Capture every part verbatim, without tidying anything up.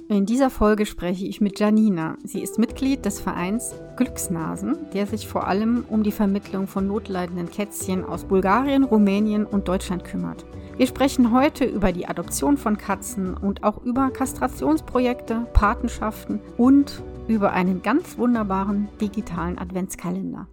In dieser Folge spreche ich mit Janina. Sie ist Mitglied des Vereins Glücksnasen, der sich vor allem um die Vermittlung von notleidenden Kätzchen aus Bulgarien, Rumänien und Deutschland kümmert. Wir sprechen heute über die Adoption von Katzen und auch über Kastrationsprojekte, Patenschaften und über einen ganz wunderbaren digitalen Adventskalender.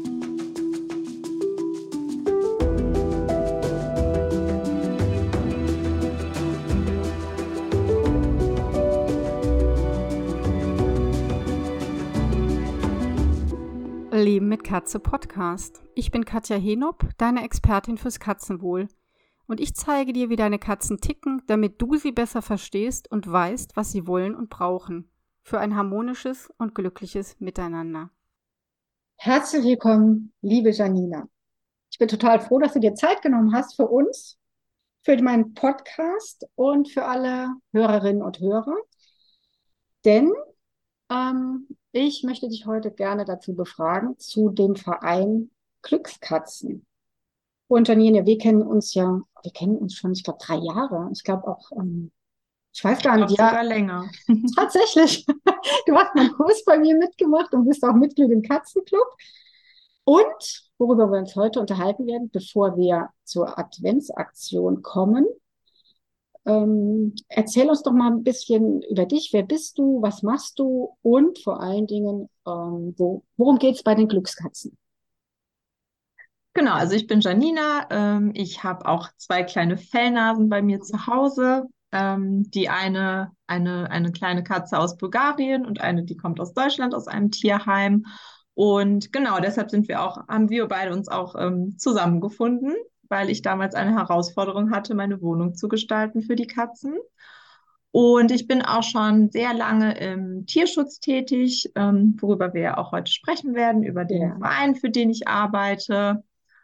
Leben mit Katze Podcast. Ich bin Katja Henop, deine Expertin fürs Katzenwohl. Und ich zeige dir, wie deine Katzen ticken, damit du sie besser verstehst und weißt, was sie wollen und brauchen. Für ein harmonisches und glückliches Miteinander. Herzlich willkommen, liebe Janina. Ich bin total froh, dass du dir Zeit genommen hast für uns, für meinen Podcast und für alle Hörerinnen und Hörer. Denn ähm, ich möchte dich heute gerne dazu befragen, zu dem Verein Glückskatzen. Und Janine, wir kennen uns ja, wir kennen uns schon, ich glaube, drei Jahre. Ich glaube auch, ähm, ich weiß gar Ich nicht, glaube ja, sogar länger. tatsächlich. Du hast meinen Kurs bei mir mitgemacht und bist auch Mitglied im Katzenclub. Und worüber wir uns heute unterhalten werden, bevor wir zur Adventsaktion kommen, ähm, erzähl uns doch mal ein bisschen über dich. Wer bist du? Was machst du? Und vor allen Dingen, ähm, wo, worum geht es bei den Glückskatzen? Genau, also ich bin Janina. Ähm, ich habe auch zwei kleine Fellnasen bei mir zu Hause. Ähm, die eine, eine, eine kleine Katze aus Bulgarien und eine, die kommt aus Deutschland, aus einem Tierheim. Und genau, deshalb sind wir auch, haben wir beide uns auch ähm, zusammengefunden, weil ich damals eine Herausforderung hatte, meine Wohnung zu gestalten für die Katzen. Und ich bin auch schon sehr lange im Tierschutz tätig, ähm, worüber wir ja auch heute sprechen werden, über den Ja. Verein, für den ich arbeite.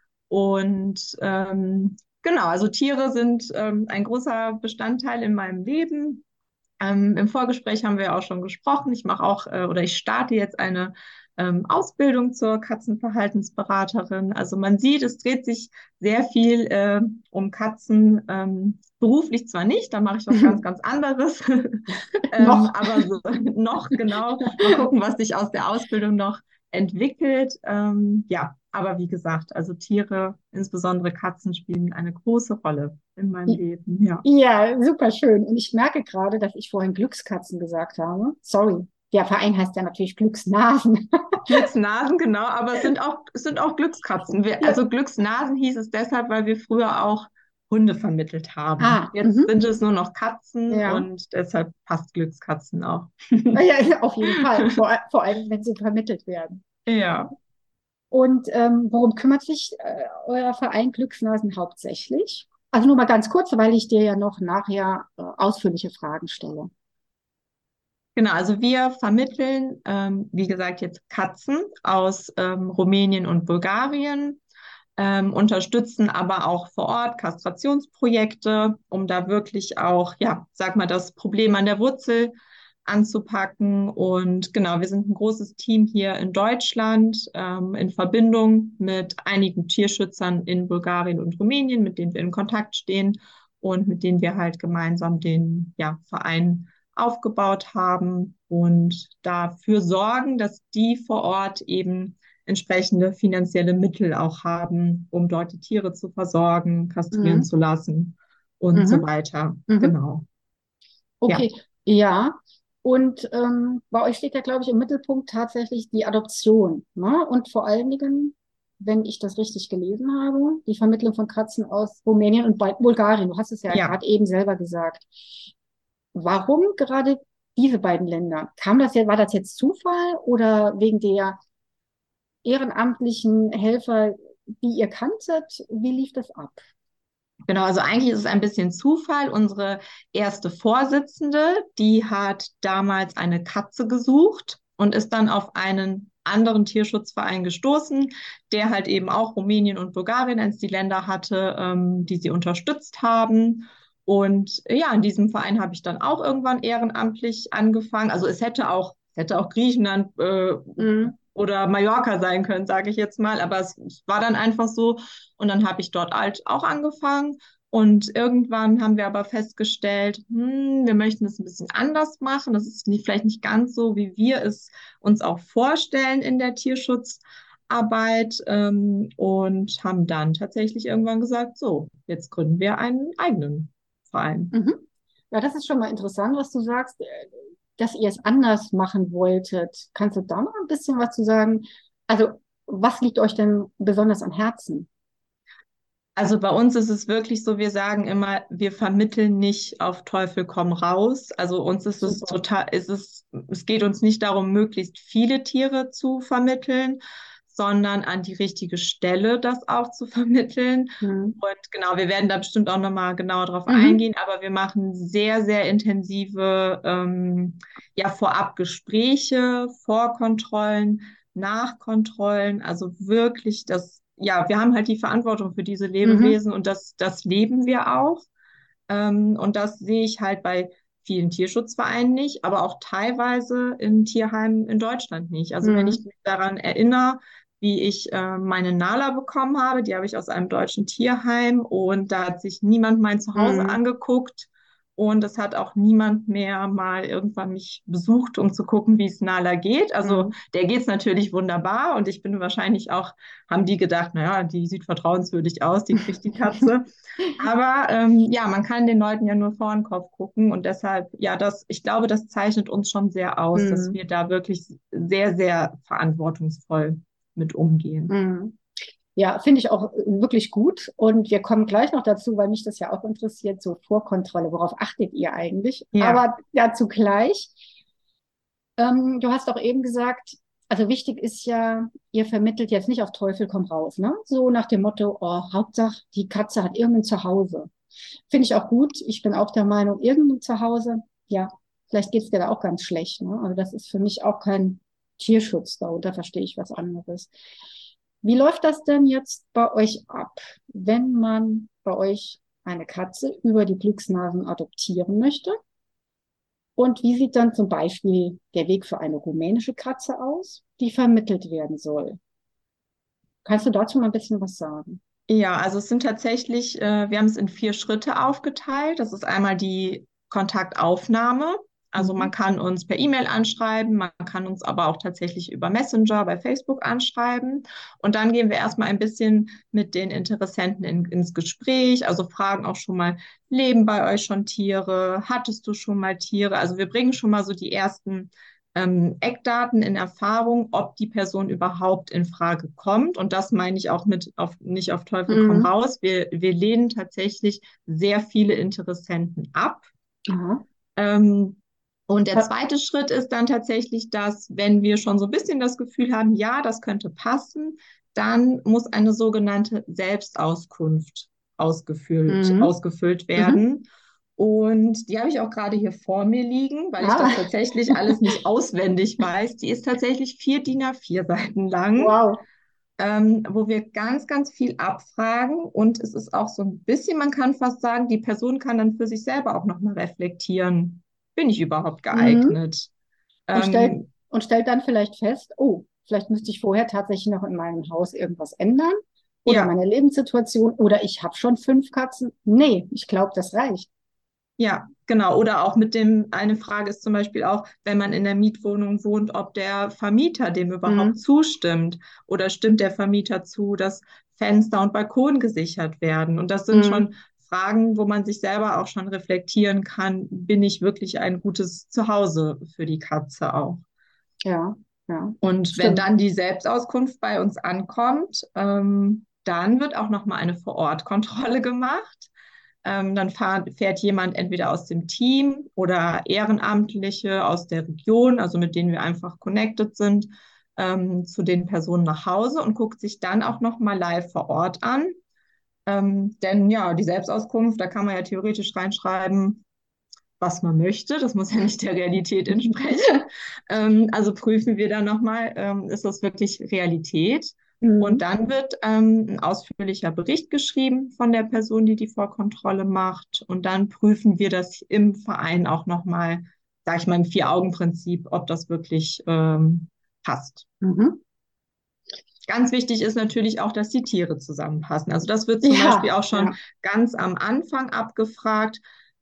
Und ähm, genau, also Tiere sind ähm, ein großer Bestandteil in meinem Leben. Ähm, im Vorgespräch haben wir auch schon gesprochen. Ich mache auch äh, oder ich starte jetzt eine ähm, Ausbildung zur Katzenverhaltensberaterin. Also man sieht, es dreht sich sehr viel äh, um Katzen. Ähm, beruflich zwar nicht, da mache ich was ganz, ganz anderes. ähm, Noch. aber so, noch genau. Mal gucken, was sich aus der Ausbildung noch entwickelt. Ähm, ja, aber wie gesagt, also Tiere, insbesondere Katzen, spielen eine große Rolle in meinem Leben. Ja. Ja, super schön. Und ich merke gerade, dass ich vorhin Glückskatzen gesagt habe. Sorry, der Verein heißt ja natürlich Glücksnasen. Glücksnasen, genau, aber es sind auch, es sind auch Glückskatzen. Wir, Ja. also Glücksnasen hieß es deshalb, weil wir früher auch Hunde vermittelt haben. Ah, Jetzt mhm. sind es nur noch Katzen Ja. und deshalb passt Glückskatzen auch. Ah, ja, ja, auf jeden Fall. Vor, vor allem, wenn sie vermittelt werden. Ja. Und ähm, worum kümmert sich äh, euer Verein Glücksnasen hauptsächlich? Also nur mal ganz kurz, weil ich dir ja noch nachher äh, ausführliche Fragen stelle. Genau, also wir vermitteln, ähm, wie gesagt, jetzt Katzen aus ähm, Rumänien und Bulgarien, ähm, unterstützen aber auch vor Ort Kastrationsprojekte, um da wirklich auch, ja, sag mal, das Problem an der Wurzel anzupacken. Und genau, wir sind ein großes Team hier in Deutschland, ähm, in Verbindung mit einigen Tierschützern in Bulgarien und Rumänien, mit denen wir in Kontakt stehen und mit denen wir halt gemeinsam den, ja, Verein aufgebaut haben und dafür sorgen, dass die vor Ort eben entsprechende finanzielle Mittel auch haben, um dort die Tiere zu versorgen, kastrieren Mhm. zu lassen und so Mhm. weiter. Mhm. Genau. Ja. Okay, ja. Und ähm, bei euch steht ja, glaube ich, im Mittelpunkt tatsächlich die Adoption, ne? Und vor allen Dingen, wenn ich das richtig gelesen habe, die Vermittlung von Katzen aus Rumänien und Bul- Bulgarien. Du hast es ja Ja. gerade eben selber gesagt. Warum gerade diese beiden Länder? Kam das jetzt, war das jetzt Zufall oder wegen der ehrenamtlichen Helfer, die ihr kanntet? Wie lief das ab? Genau, also eigentlich ist es ein bisschen Zufall. Unsere erste Vorsitzende, die hat damals eine Katze gesucht und ist dann auf einen anderen Tierschutzverein gestoßen, der halt eben auch Rumänien und Bulgarien als die Länder hatte, ähm, die sie unterstützt haben. Und ja, in diesem Verein habe ich dann auch irgendwann ehrenamtlich angefangen. Also es hätte auch, hätte auch Griechenland äh, Mhm. oder Mallorca sein können, sage ich jetzt mal. Aber es, es war dann einfach so. Und dann habe ich dort halt auch angefangen. Und irgendwann haben wir aber festgestellt, hm, wir möchten es ein bisschen anders machen. Das ist nicht, vielleicht nicht ganz so, wie wir es uns auch vorstellen in der Tierschutzarbeit. Ähm, und haben dann tatsächlich irgendwann gesagt, so, jetzt gründen wir einen eigenen Verein. Mhm. Ja, das ist schon mal interessant, was du sagst, äh, dass ihr es anders machen wolltet. Kannst du da noch ein bisschen was zu sagen? Also, was liegt euch denn besonders am Herzen? Also bei uns ist es wirklich so, wir sagen immer, wir vermitteln nicht auf Teufel komm raus. Also uns ist es Super. total, ist es, es geht uns nicht darum, möglichst viele Tiere zu vermitteln, sondern an die richtige Stelle das auch zu vermitteln. Mhm. Und genau, wir werden da bestimmt auch nochmal genauer drauf Mhm. eingehen, aber wir machen sehr, sehr intensive, ähm, ja, Vorabgespräche, Vorkontrollen, Nachkontrollen, also wirklich das, ja, wir haben halt die Verantwortung für diese Mhm. Lebewesen und das, das leben wir auch. Ähm, und das sehe ich halt bei vielen Tierschutzvereinen nicht, aber auch teilweise in Tierheimen in Deutschland nicht. Also wenn ich Mhm. mich daran erinnere, wie ich äh, meine Nala bekommen habe, die habe ich aus einem deutschen Tierheim und da hat sich niemand mein Zuhause Mhm. angeguckt und es hat auch niemand mehr mal irgendwann mich besucht, um zu gucken, wie es Nala geht. Also Mhm. der geht es natürlich wunderbar und ich bin wahrscheinlich auch, haben die gedacht, naja, die sieht vertrauenswürdig aus, die kriegt die Katze. Aber ähm, ja, man kann den Leuten ja nur vor den Kopf gucken und deshalb, ja, das, ich glaube, das zeichnet uns schon sehr aus, dass Mhm. wir da wirklich sehr, sehr verantwortungsvoll mit umgehen. Mhm. Ja, finde ich auch wirklich gut. Und wir kommen gleich noch dazu, weil mich das ja auch interessiert, so Vorkontrolle. Worauf achtet ihr eigentlich? Ja, Aber dazu gleich. Ähm, du hast auch eben gesagt, also wichtig ist ja, ihr vermittelt jetzt nicht auf Teufel komm raus, ne? So nach dem Motto, oh, Hauptsache, die Katze hat irgendein Zuhause. Finde ich auch gut. Ich bin auch der Meinung, irgendein Zuhause, ja, vielleicht geht es dir da auch ganz schlecht, ne? Also das ist für mich auch kein Tierschutz, darunter verstehe ich was anderes. Wie läuft das denn jetzt bei euch ab, wenn man bei euch eine Katze über die Glücksnasen adoptieren möchte? Und wie sieht dann zum Beispiel der Weg für eine rumänische Katze aus, die vermittelt werden soll? Kannst du dazu mal ein bisschen was sagen? ja, also es sind tatsächlich, äh, wir haben es in vier Schritte aufgeteilt. Das ist einmal die Kontaktaufnahme. Also man Mhm. kann uns per E-Mail anschreiben, man kann uns aber auch tatsächlich über Messenger bei Facebook anschreiben. Und dann gehen wir erstmal ein bisschen mit den Interessenten in, ins Gespräch, also fragen auch schon mal, leben bei euch schon Tiere? Hattest du schon mal Tiere? Also wir bringen schon mal so die ersten ähm, Eckdaten in Erfahrung, ob die Person überhaupt in Frage kommt. Und das meine ich auch mit auf, nicht auf Teufel komm Mhm. raus. Wir, wir lehnen tatsächlich sehr viele Interessenten ab. Aha. Ähm, und der Ja. zweite Schritt ist dann tatsächlich, dass, wenn wir schon so ein bisschen das Gefühl haben, ja, das könnte passen, dann muss eine sogenannte Selbstauskunft ausgefüllt, Mhm. ausgefüllt Mhm. werden. Und die habe ich auch gerade hier vor mir liegen, weil ich das Ah, tatsächlich alles nicht auswendig weiß. Die ist tatsächlich vier D I N A vier Seiten lang, wow. ähm, wo wir ganz, ganz viel abfragen. Und es ist auch so ein bisschen, man kann fast sagen, die Person kann dann für sich selber auch nochmal reflektieren. Bin ich überhaupt Mhm. geeignet? Und stellt, Ähm, und stellt dann vielleicht fest, oh, vielleicht müsste ich vorher tatsächlich noch in meinem Haus irgendwas ändern oder ja, meine Lebenssituation oder ich habe schon fünf Katzen. Nee, ich glaube, das reicht. ja, genau. Oder auch mit dem, eine Frage ist zum Beispiel auch, wenn man in der Mietwohnung wohnt, ob der Vermieter dem überhaupt Mhm. zustimmt. Oder stimmt der Vermieter zu, dass Fenster und Balkon gesichert werden? Und das sind schon Mhm. Fragen, wo man sich selber auch schon reflektieren kann, bin ich wirklich ein gutes Zuhause für die Katze auch? Ja, ja, Und wenn stimmt. dann die Selbstauskunft bei uns ankommt, ähm, dann wird auch nochmal eine Vor-Ort-Kontrolle gemacht. Ähm, dann fahr, fährt jemand entweder aus dem Team oder Ehrenamtliche aus der Region, also mit denen wir einfach connected sind, ähm, zu den Personen nach Hause und guckt sich dann auch nochmal live vor Ort an. Ähm, denn ja, die Selbstauskunft, da kann man ja theoretisch reinschreiben, was man möchte. Das muss ja nicht der Realität entsprechen. Ähm, also prüfen wir dann nochmal, ähm, ist das wirklich Realität? Und Mhm. dann wird ähm, ein ausführlicher Bericht geschrieben von der Person, die die Vorkontrolle macht. Und dann prüfen wir das im Verein auch nochmal, sage ich mal, im Vier-Augen-Prinzip, ob das wirklich ähm, passt. Mhm. Ganz wichtig ist natürlich auch, dass die Tiere zusammenpassen. Also das wird zum Beispiel Ja, auch schon ja. ganz am Anfang abgefragt,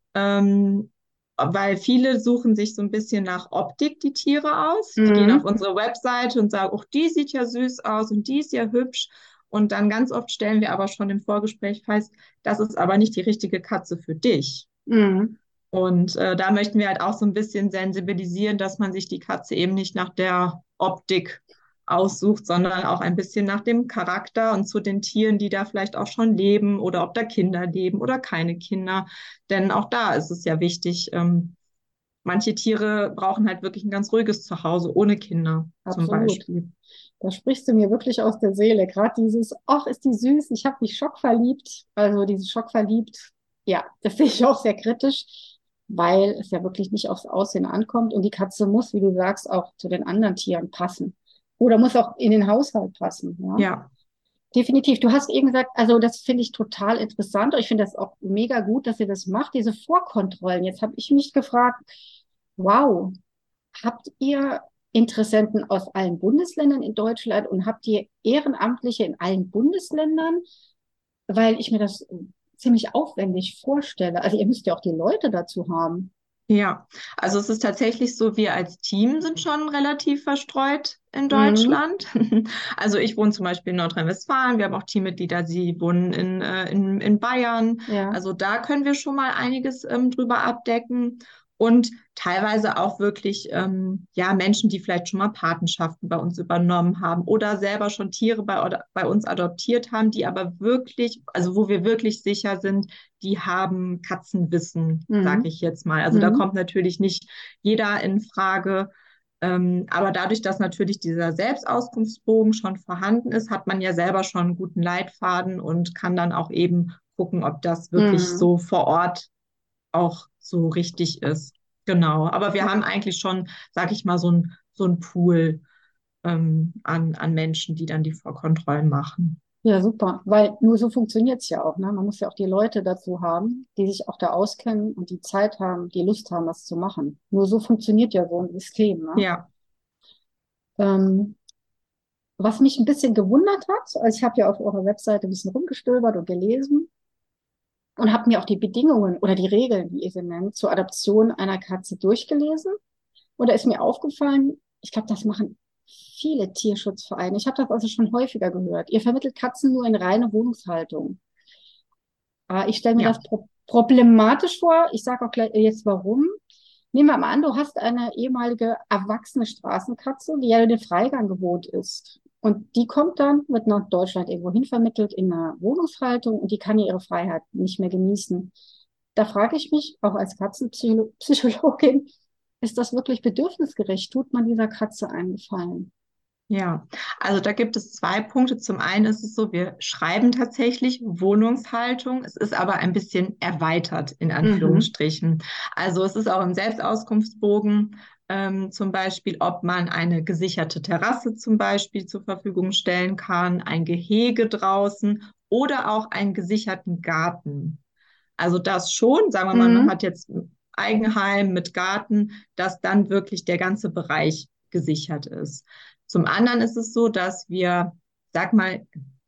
ähm, weil viele suchen sich so ein bisschen nach Optik die Tiere aus. Die gehen auf Mhm. unsere Webseite und sagen, oh, die sieht ja süß aus und die ist ja hübsch. Und dann ganz oft stellen wir aber schon im Vorgespräch fest, das ist aber nicht die richtige Katze für dich. Mhm. Und äh, da möchten wir halt auch so ein bisschen sensibilisieren, dass man sich die Katze eben nicht nach der Optik aussucht, sondern auch ein bisschen nach dem Charakter und zu den Tieren, die da vielleicht auch schon leben oder ob da Kinder leben oder keine Kinder. Denn auch da ist es ja wichtig, ähm, manche Tiere brauchen halt wirklich ein ganz ruhiges Zuhause ohne Kinder zum Absolut. Beispiel. Da sprichst du mir wirklich aus der Seele. Gerade dieses, ach, ist die süß, ich habe mich schockverliebt. Also dieses schockverliebt, ja, das sehe ich auch sehr kritisch, weil es ja wirklich nicht aufs Aussehen ankommt. Und die Katze muss, wie du sagst, auch zu den anderen Tieren passen. Oder muss auch in den Haushalt passen. Ja, Ja, definitiv. Du hast eben gesagt, also das finde ich total interessant. Ich finde das auch mega gut, dass ihr das macht, diese Vorkontrollen. Jetzt habe ich mich gefragt, wow. Habt ihr Interessenten aus allen Bundesländern in Deutschland und habt ihr Ehrenamtliche in allen Bundesländern? Weil ich mir das ziemlich aufwendig vorstelle. Also ihr müsst ja auch die Leute dazu haben. ja. Also es ist tatsächlich so, wir als Team sind schon relativ verstreut in Mhm. Deutschland. Also ich wohne zum Beispiel in Nordrhein-Westfalen. Wir haben auch Teammitglieder, die wohnen in, äh, in, in Bayern. Ja. Also da können wir schon mal einiges ähm, drüber abdecken. Und teilweise auch wirklich ähm, ja, Menschen, die vielleicht schon mal Patenschaften bei uns übernommen haben oder selber schon Tiere bei, oder bei uns adoptiert haben, die aber wirklich, also wo wir wirklich sicher sind, die haben Katzenwissen, sage Mhm. ich jetzt mal. Also da Mhm. kommt natürlich nicht jeder in Frage. Ähm, aber dadurch, dass natürlich dieser Selbstauskunftsbogen schon vorhanden ist, hat man ja selber schon einen guten Leitfaden und kann dann auch eben gucken, ob das wirklich Mhm. so vor Ort auch so richtig ist. Genau. Aber wir haben eigentlich schon, sage ich mal, so ein, so ein Pool ähm, an, an Menschen, die dann die Vorkontrollen machen. Ja, super. Weil nur so funktioniert es ja auch. Ne? Man muss ja auch die Leute dazu haben, die sich auch da auskennen und die Zeit haben, die Lust haben, das zu machen. Nur so funktioniert ja so ein System. Ne? Ja, Ähm, Was mich ein bisschen gewundert hat, also ich habe ja auf eurer Webseite ein bisschen rumgestöbert und gelesen und habe mir auch die Bedingungen oder die Regeln, wie ihr sie nennt, zur Adoption einer Katze durchgelesen. Und da ist mir aufgefallen, ich glaube, das machen viele Tierschutzvereine. Ich habe das also schon häufiger gehört. Ihr vermittelt Katzen nur in reine Wohnungshaltung. Ah, ich stelle mir ja, das pro problematisch vor. Ich sage auch gleich jetzt warum. Nehmen wir mal an, du hast eine ehemalige erwachsene Straßenkatze, die ja den Freigang gewohnt ist. Und die kommt dann, wird nach Deutschland irgendwo hin vermittelt in einer Wohnungshaltung und die kann ja ihre Freiheit nicht mehr genießen. Da frage ich mich, auch als Katzenpsychologin, ist das wirklich bedürfnisgerecht? Tut man dieser Katze einen Gefallen? ja. Also da gibt es zwei Punkte. Zum einen ist es so, wir schreiben tatsächlich Wohnungshaltung. Es ist aber ein bisschen erweitert, in Mhm. Anführungsstrichen. Also es ist auch im Selbstauskunftsbogen ähm, zum Beispiel, ob man eine gesicherte Terrasse zum Beispiel zur Verfügung stellen kann, ein Gehege draußen oder auch einen gesicherten Garten. Also das schon, sagen wir mal, man Mhm. hat jetzt ein Eigenheim mit Garten, dass dann wirklich der ganze Bereich gesichert ist. Zum anderen ist es so, dass wir, sag mal,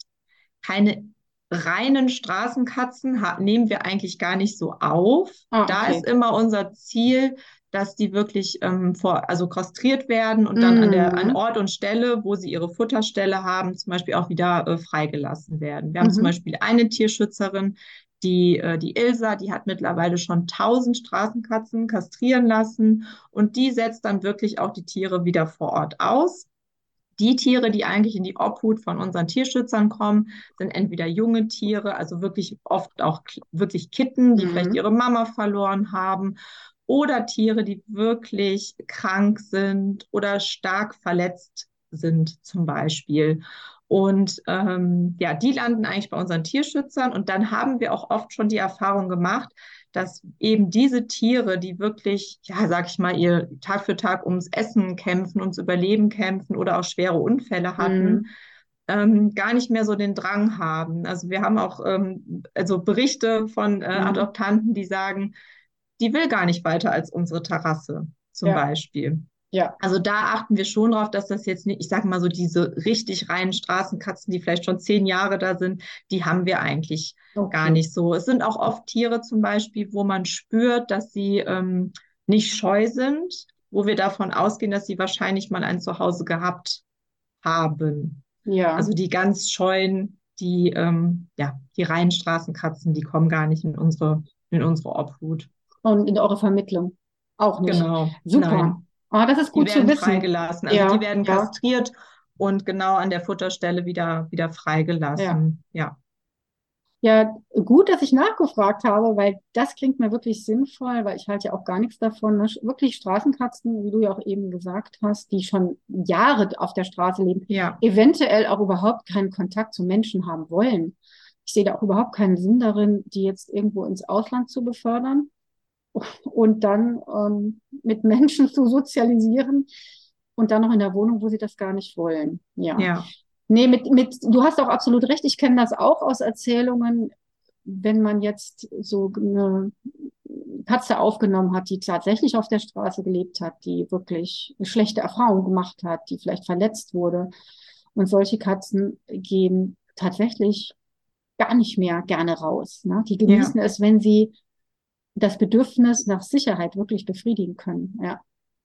keine reinen Straßenkatzen ha- nehmen wir eigentlich gar nicht so auf. Ah, Da ist okay. immer unser Ziel, dass die wirklich ähm, vor, also kastriert werden und dann an der, an Mhm. Ort und Stelle, wo sie ihre Futterstelle haben, zum Beispiel auch wieder äh, freigelassen werden. Wir haben zum Mhm. Beispiel eine Tierschützerin, die, äh, die Ilsa, die hat mittlerweile schon tausend Straßenkatzen kastrieren lassen und die setzt dann wirklich auch die Tiere wieder vor Ort aus. Die Tiere, die eigentlich in die Obhut von unseren Tierschützern kommen, sind entweder junge Tiere, also wirklich oft auch wirklich Kitten, die vielleicht Mhm. ihre Mama verloren haben, oder Tiere, die wirklich krank sind oder stark verletzt sind, zum Beispiel. Und ähm, ja, die landen eigentlich bei unseren Tierschützern. Und dann haben wir auch oft schon die Erfahrung gemacht, dass eben diese Tiere, die wirklich, ja, sag ich mal, ihr Tag für Tag ums Essen kämpfen, ums Überleben kämpfen oder auch schwere Unfälle hatten, Mhm. ähm, gar nicht mehr so den Drang haben. Also wir haben auch ähm, also Berichte von äh, Mhm. Adoptanten, die sagen, die will gar nicht weiter als unsere Terrasse zum Ja. Beispiel. Ja, Also da achten wir schon drauf, dass das jetzt nicht, ich sage mal so, diese richtig reinen Straßenkatzen, die vielleicht schon zehn Jahre da sind, die haben wir eigentlich gar okay. nicht so. Es sind auch oft Tiere zum Beispiel, wo man spürt, dass sie ähm, nicht scheu sind, wo wir davon ausgehen, dass sie wahrscheinlich mal ein Zuhause gehabt haben. Ja. Also die ganz scheuen, die, ähm, ja, die reinen Straßenkatzen, die kommen gar nicht in unsere, in unsere Obhut. Und in eure Vermittlung auch nicht. Genau, Super. nein. Ah, das ist Die gut zu werden wissen. freigelassen. Also die Ja, werden ja, kastriert und genau an der Futterstelle wieder, wieder ja. freigelassen. Ja, Ja, gut, dass ich nachgefragt habe, weil das klingt mir wirklich sinnvoll, weil ich halte ja auch gar nichts davon. Ne? Wirklich Straßenkatzen, wie du ja auch eben gesagt hast, die schon Jahre auf der Straße leben, ja, eventuell auch überhaupt keinen Kontakt zu Menschen haben wollen. Ich sehe da auch überhaupt keinen Sinn darin, die jetzt irgendwo ins Ausland zu befördern und dann ähm, mit Menschen zu sozialisieren und dann noch in der Wohnung, wo sie das gar nicht wollen. Ja. ja, Nee, mit, mit, du hast auch absolut recht. Ich kenne das auch aus Erzählungen, wenn man jetzt so eine Katze aufgenommen hat, die tatsächlich auf der Straße gelebt hat, die wirklich eine schlechte Erfahrung gemacht hat, die vielleicht verletzt wurde. Und solche Katzen gehen tatsächlich gar nicht mehr gerne raus. Ne? Die ja, genießen es, wenn sie das Bedürfnis nach Sicherheit wirklich befriedigen können. Ja.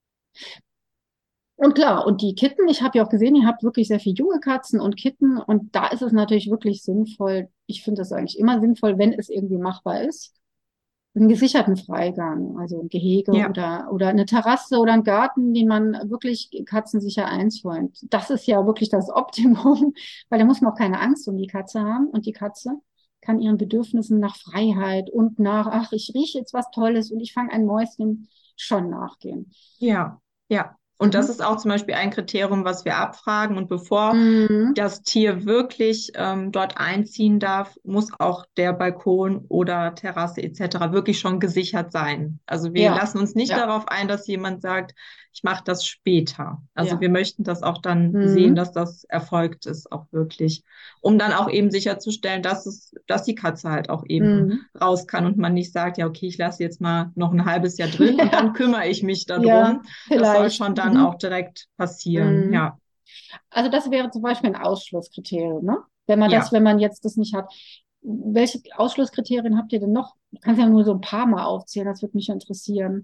Und klar, und die Kitten, ich habe ja auch gesehen, ihr habt wirklich sehr viele junge Katzen und Kitten und da ist es natürlich wirklich sinnvoll, ich finde das eigentlich immer sinnvoll, wenn es irgendwie machbar ist, einen gesicherten Freigang, also ein Gehege ja, oder, oder eine Terrasse oder einen Garten, den man wirklich katzensicher einzäunt. Das ist ja wirklich das Optimum, weil da muss man auch keine Angst um die Katze haben und die Katze kann ihren Bedürfnissen nach Freiheit und nach, ach, ich rieche jetzt was Tolles und ich fange ein Mäuschen schon nachgehen. ja, ja. Und das Mhm. ist auch zum Beispiel ein Kriterium, was wir abfragen. Und bevor Mhm. das Tier wirklich ähm, dort einziehen darf, muss auch der Balkon oder Terrasse et cetera wirklich schon gesichert sein. Also wir Ja, lassen uns nicht ja, darauf ein, dass jemand sagt, ich mache das später. Also ja. wir möchten das auch dann sehen, Mhm. dass das erfolgt ist, auch wirklich, um dann auch eben sicherzustellen, dass es, dass die Katze halt auch eben Mhm. raus kann und man nicht sagt, ja, okay, ich lasse jetzt mal noch ein halbes Jahr drin und dann Ja, kümmere ich mich darum. ja, Das soll vielleicht. schon dann auch Mhm. direkt passieren. Mhm. Ja, Also das wäre zum Beispiel ein Ausschlusskriterium, ne? Wenn man das, ja. wenn man jetzt das nicht hat. Welche Ausschlusskriterien habt ihr denn noch? Du kannst ja nur so ein paar mal aufzählen, das würde mich interessieren.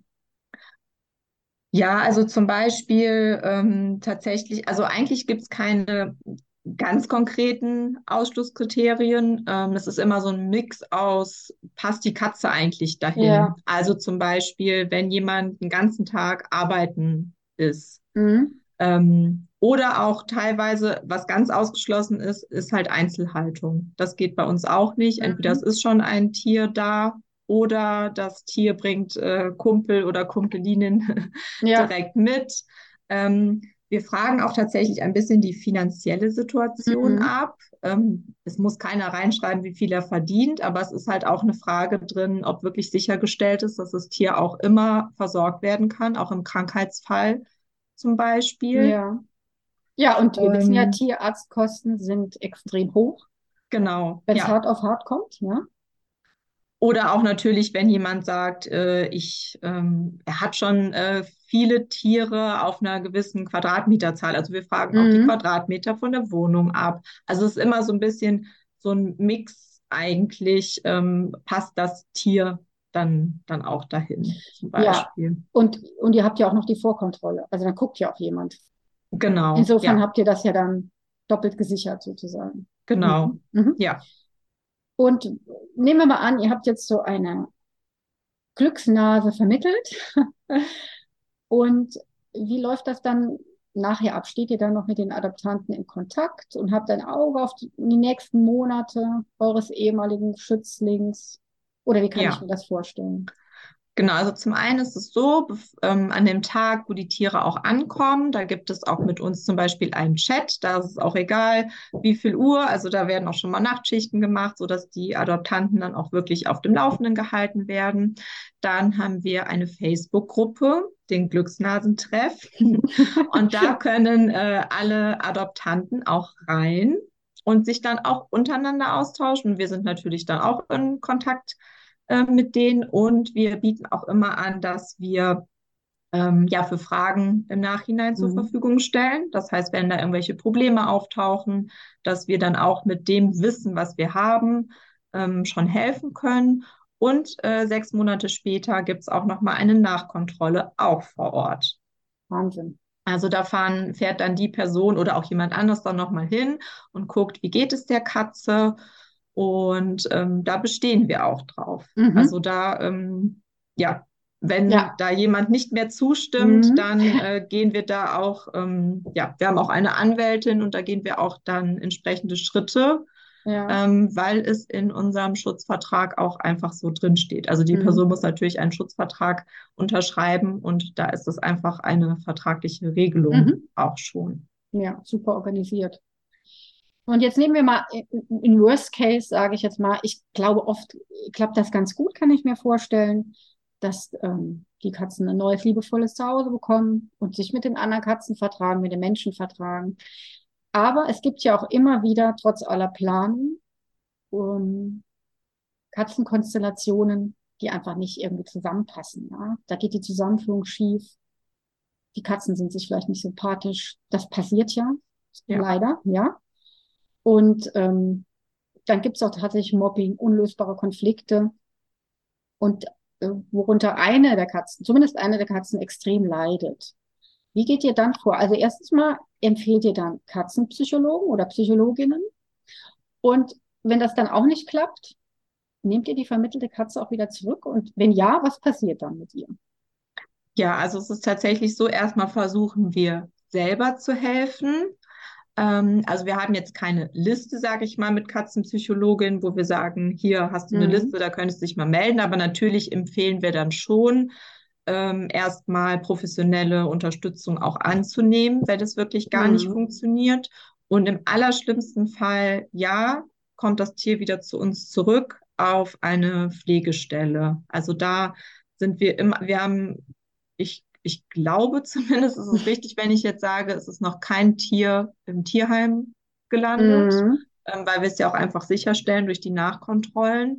Ja, also zum Beispiel ähm, tatsächlich, also eigentlich gibt es keine ganz konkreten Ausschlusskriterien. Ähm, es ist immer so ein Mix aus, passt die Katze eigentlich Ja. dahin? Also zum Beispiel, wenn jemand den ganzen Tag arbeiten ist. Mhm. Ähm, oder auch teilweise, was ganz ausgeschlossen ist, ist halt Einzelhaltung. Das geht bei uns auch nicht. Entweder es Mhm. ist schon ein Tier da oder das Tier bringt äh, Kumpel oder Kumpelinen Ja. direkt mit. Ähm, wir fragen auch tatsächlich ein bisschen die finanzielle Situation Mhm. ab. Ähm, es muss keiner reinschreiben, wie viel er verdient, aber es ist halt auch eine Frage drin, ob wirklich sichergestellt ist, dass das Tier auch immer versorgt werden kann, auch im Krankheitsfall zum Beispiel. Ja. Ja, und wir wissen ja, Ähm, Tierarztkosten sind extrem hoch, genau, wenn es ja. hart auf hart kommt, ja. Oder auch natürlich, wenn jemand sagt, äh, ich, ähm, er hat schon äh, viele Tiere auf einer gewissen Quadratmeterzahl. Also wir fragen auch die Mhm. Quadratmeter von der Wohnung ab. Also es ist immer so ein bisschen so ein Mix eigentlich, ähm, passt das Tier dann, dann auch dahin, zum Ja. Beispiel. Und, und ihr habt ja auch noch die Vorkontrolle. Also dann guckt ja auch jemand. Genau, Insofern ja, habt ihr das ja dann doppelt gesichert sozusagen. genau, Mhm. Mhm. ja, Und nehmen wir mal an, ihr habt jetzt so eine Glücksnase vermittelt. Und wie läuft das dann nachher ab? Steht ihr dann noch mit den Adoptanten in Kontakt und habt ein Auge auf die, die nächsten Monate eures ehemaligen Schützlings? Oder wie kann ich ja. mir das vorstellen? Genau, also zum einen ist es so, bef- ähm, an dem Tag, wo die Tiere auch ankommen, da gibt es auch mit uns zum Beispiel einen Chat, da ist es auch egal, wie viel Uhr, also da werden auch schon mal Nachtschichten gemacht, sodass die Adoptanten dann auch wirklich auf dem Laufenden gehalten werden. Dann haben wir eine Facebook-Gruppe, den Glücksnasentreff, und da können äh, alle Adoptanten auch rein und sich dann auch untereinander austauschen. Wir sind natürlich dann auch in Kontakt äh, mit denen und wir bieten auch immer an, dass wir ähm, ja, für Fragen im Nachhinein zur Mhm. Verfügung stellen. Das heißt, wenn da irgendwelche Probleme auftauchen, dass wir dann auch mit dem Wissen, was wir haben, ähm, schon helfen können. Und äh, sechs Monate später gibt es auch nochmal eine Nachkontrolle, auch vor Ort. Wahnsinn. Also da fahren, fährt dann die Person oder auch jemand anderes dann nochmal hin und guckt, wie geht es der Katze. Und ähm, da bestehen wir auch drauf. Mhm. Also da, ähm, ja, wenn Ja. da jemand nicht mehr zustimmt, Mhm. dann äh, gehen wir da auch, ähm, ja, wir haben auch eine Anwältin und da gehen wir auch dann entsprechende Schritte, Ja. ähm, weil es in unserem Schutzvertrag auch einfach so drin steht. Also die Mhm. Person muss natürlich einen Schutzvertrag unterschreiben und da ist es einfach eine vertragliche Regelung Mhm. auch schon. Ja, super organisiert. Und jetzt nehmen wir mal in, in Worst Case, sage ich jetzt mal, ich glaube, oft klappt das ganz gut, kann ich mir vorstellen, dass ähm, die Katzen ein neues, liebevolles Zuhause bekommen und sich mit den anderen Katzen vertragen, mit den Menschen vertragen. Aber es gibt ja auch immer wieder, trotz aller Planung, ähm, Katzenkonstellationen, die einfach nicht irgendwie zusammenpassen. Ja? Da geht die Zusammenführung schief. Die Katzen sind sich vielleicht nicht sympathisch. Das passiert ja, Ja. leider, ja. Und ähm, dann gibt es auch tatsächlich Mobbing, unlösbare Konflikte und äh, worunter eine der Katzen, zumindest eine der Katzen extrem leidet. Wie geht ihr dann vor? Also erstens mal empfehlt ihr dann Katzenpsychologen oder Psychologinnen und wenn das dann auch nicht klappt, nehmt ihr die vermittelte Katze auch wieder zurück und wenn ja, was passiert dann mit ihr? Ja, also es ist tatsächlich so, erstmal versuchen wir selber zu helfen. Ähm, also wir haben jetzt keine Liste, sage ich mal, mit Katzenpsychologin, wo wir sagen, hier hast du eine Mhm. Liste, da könntest du dich mal melden. Aber natürlich empfehlen wir dann schon, ähm, erstmal professionelle Unterstützung auch anzunehmen, wenn es wirklich gar nicht Mhm. funktioniert. Und im allerschlimmsten Fall, ja, kommt das Tier wieder zu uns zurück auf eine Pflegestelle. Also da sind wir immer, wir haben, ich, ich glaube zumindest, ist es richtig, wenn ich jetzt sage, es ist noch kein Tier im Tierheim gelandet, Mhm. ähm, weil wir es ja auch einfach sicherstellen durch die Nachkontrollen.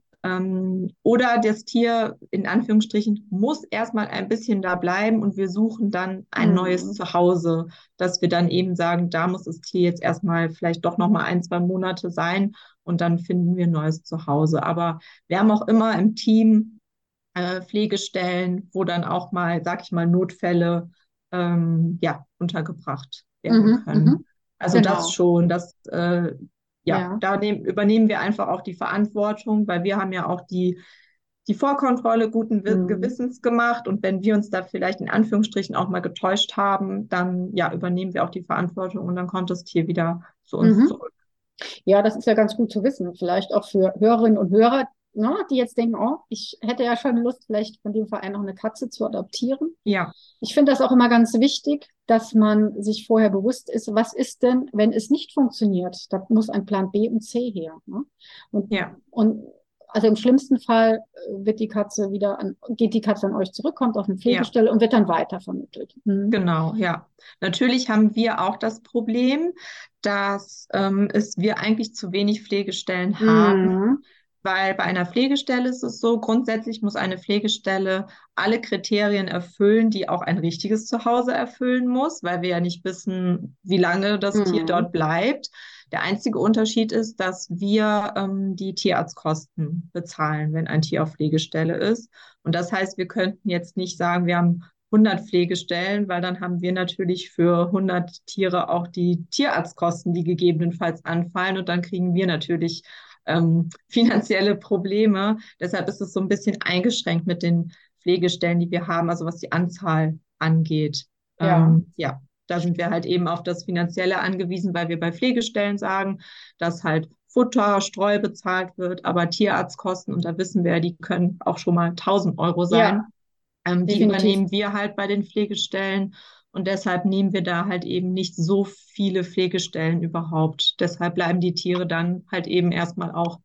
Ähm, oder das Tier in Anführungsstrichen muss erstmal ein bisschen da bleiben und wir suchen dann ein neues Mhm. Zuhause, dass wir dann eben sagen, da muss das Tier jetzt erstmal vielleicht doch nochmal ein, zwei Monate sein und dann finden wir ein neues Zuhause. Aber wir haben auch immer im Team äh, Pflegestellen, wo dann auch mal, sag ich mal, Notfälle ähm, ja, untergebracht werden Mhm. können. Mhm. Also das Genau, schon, das äh, ja, ja. da nehm, übernehmen wir einfach auch die Verantwortung, weil wir haben ja auch die, die Vorkontrolle guten Wi- Mhm. Gewissens gemacht und wenn wir uns da vielleicht in Anführungsstrichen auch mal getäuscht haben, dann ja, übernehmen wir auch die Verantwortung und dann kommt das Tier wieder zu uns Mhm. zurück. Ja, das ist ja ganz gut zu wissen. Vielleicht auch für Hörerinnen und Hörer, ne, die jetzt denken, oh, ich hätte ja schon Lust, vielleicht von dem Verein noch eine Katze zu adoptieren. Ja, Ich finde das auch immer ganz wichtig, dass man sich vorher bewusst ist, was ist denn, wenn es nicht funktioniert? Da muss ein Plan B und C her. Ne? Und, ja. und also im schlimmsten Fall äh, wird die Katze wieder an, geht die Katze an euch zurück, kommt auf eine Ja. Pflegestelle und wird dann weitervermittelt. Mhm. Genau, ja. Natürlich haben wir auch das Problem, dass ähm, es, wir eigentlich zu wenig Pflegestellen haben, Mhm. weil bei einer Pflegestelle ist es so, grundsätzlich muss eine Pflegestelle alle Kriterien erfüllen, die auch ein richtiges Zuhause erfüllen muss, weil wir ja nicht wissen, wie lange das Tier Mhm. dort bleibt. Der einzige Unterschied ist, dass wir ähm, die Tierarztkosten bezahlen, wenn ein Tier auf Pflegestelle ist. Und das heißt, wir könnten jetzt nicht sagen, wir haben hundert Pflegestellen, weil dann haben wir natürlich für hundert Tiere auch die Tierarztkosten, die gegebenenfalls anfallen und dann kriegen wir natürlich ähm, finanzielle Probleme. Deshalb ist es so ein bisschen eingeschränkt mit den Pflegestellen, die wir haben, also was die Anzahl angeht. Ja. Ähm, ja, da sind wir halt eben auf das Finanzielle angewiesen, weil wir bei Pflegestellen sagen, dass halt Futter, Streu bezahlt wird, aber Tierarztkosten, und da wissen wir, die können auch schon mal tausend Euro Ja, sein. Ähm, die definitiv. übernehmen wir halt bei den Pflegestellen und deshalb nehmen wir da halt eben nicht so viele Pflegestellen überhaupt. Deshalb bleiben die Tiere dann halt eben erstmal auch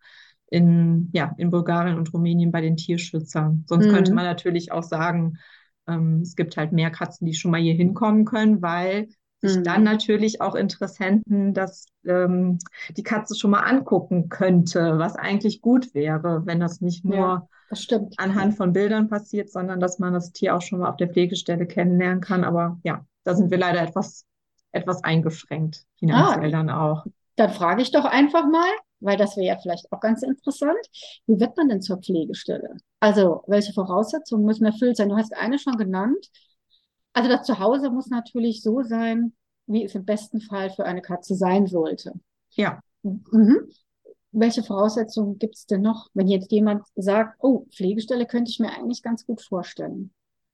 in, ja, in Bulgarien und Rumänien bei den Tierschützern. Sonst könnte man Mhm. natürlich auch sagen, ähm, es gibt halt mehr Katzen, die schon mal hier hinkommen können, weil sich dann Mhm. natürlich auch Interessenten das, ähm, die Katze schon mal angucken könnte, was eigentlich gut wäre, wenn das nicht Ja, nur das stimmt. anhand von Bildern passiert, sondern dass man das Tier auch schon mal auf der Pflegestelle kennenlernen kann. Aber ja, da sind wir leider etwas, etwas eingeschränkt, Ah, finanziell dann auch. dann frage ich doch einfach mal, weil das wäre ja vielleicht auch ganz interessant. Wie wird man denn zur Pflegestelle? Also, welche Voraussetzungen müssen erfüllt sein? Du hast eine schon genannt. Also, das Zuhause muss natürlich so sein, wie es im besten Fall für eine Katze sein sollte. Ja. Mhm. Welche Voraussetzungen gibt es denn noch, wenn jetzt jemand sagt, oh, Pflegestelle könnte ich mir eigentlich ganz gut vorstellen?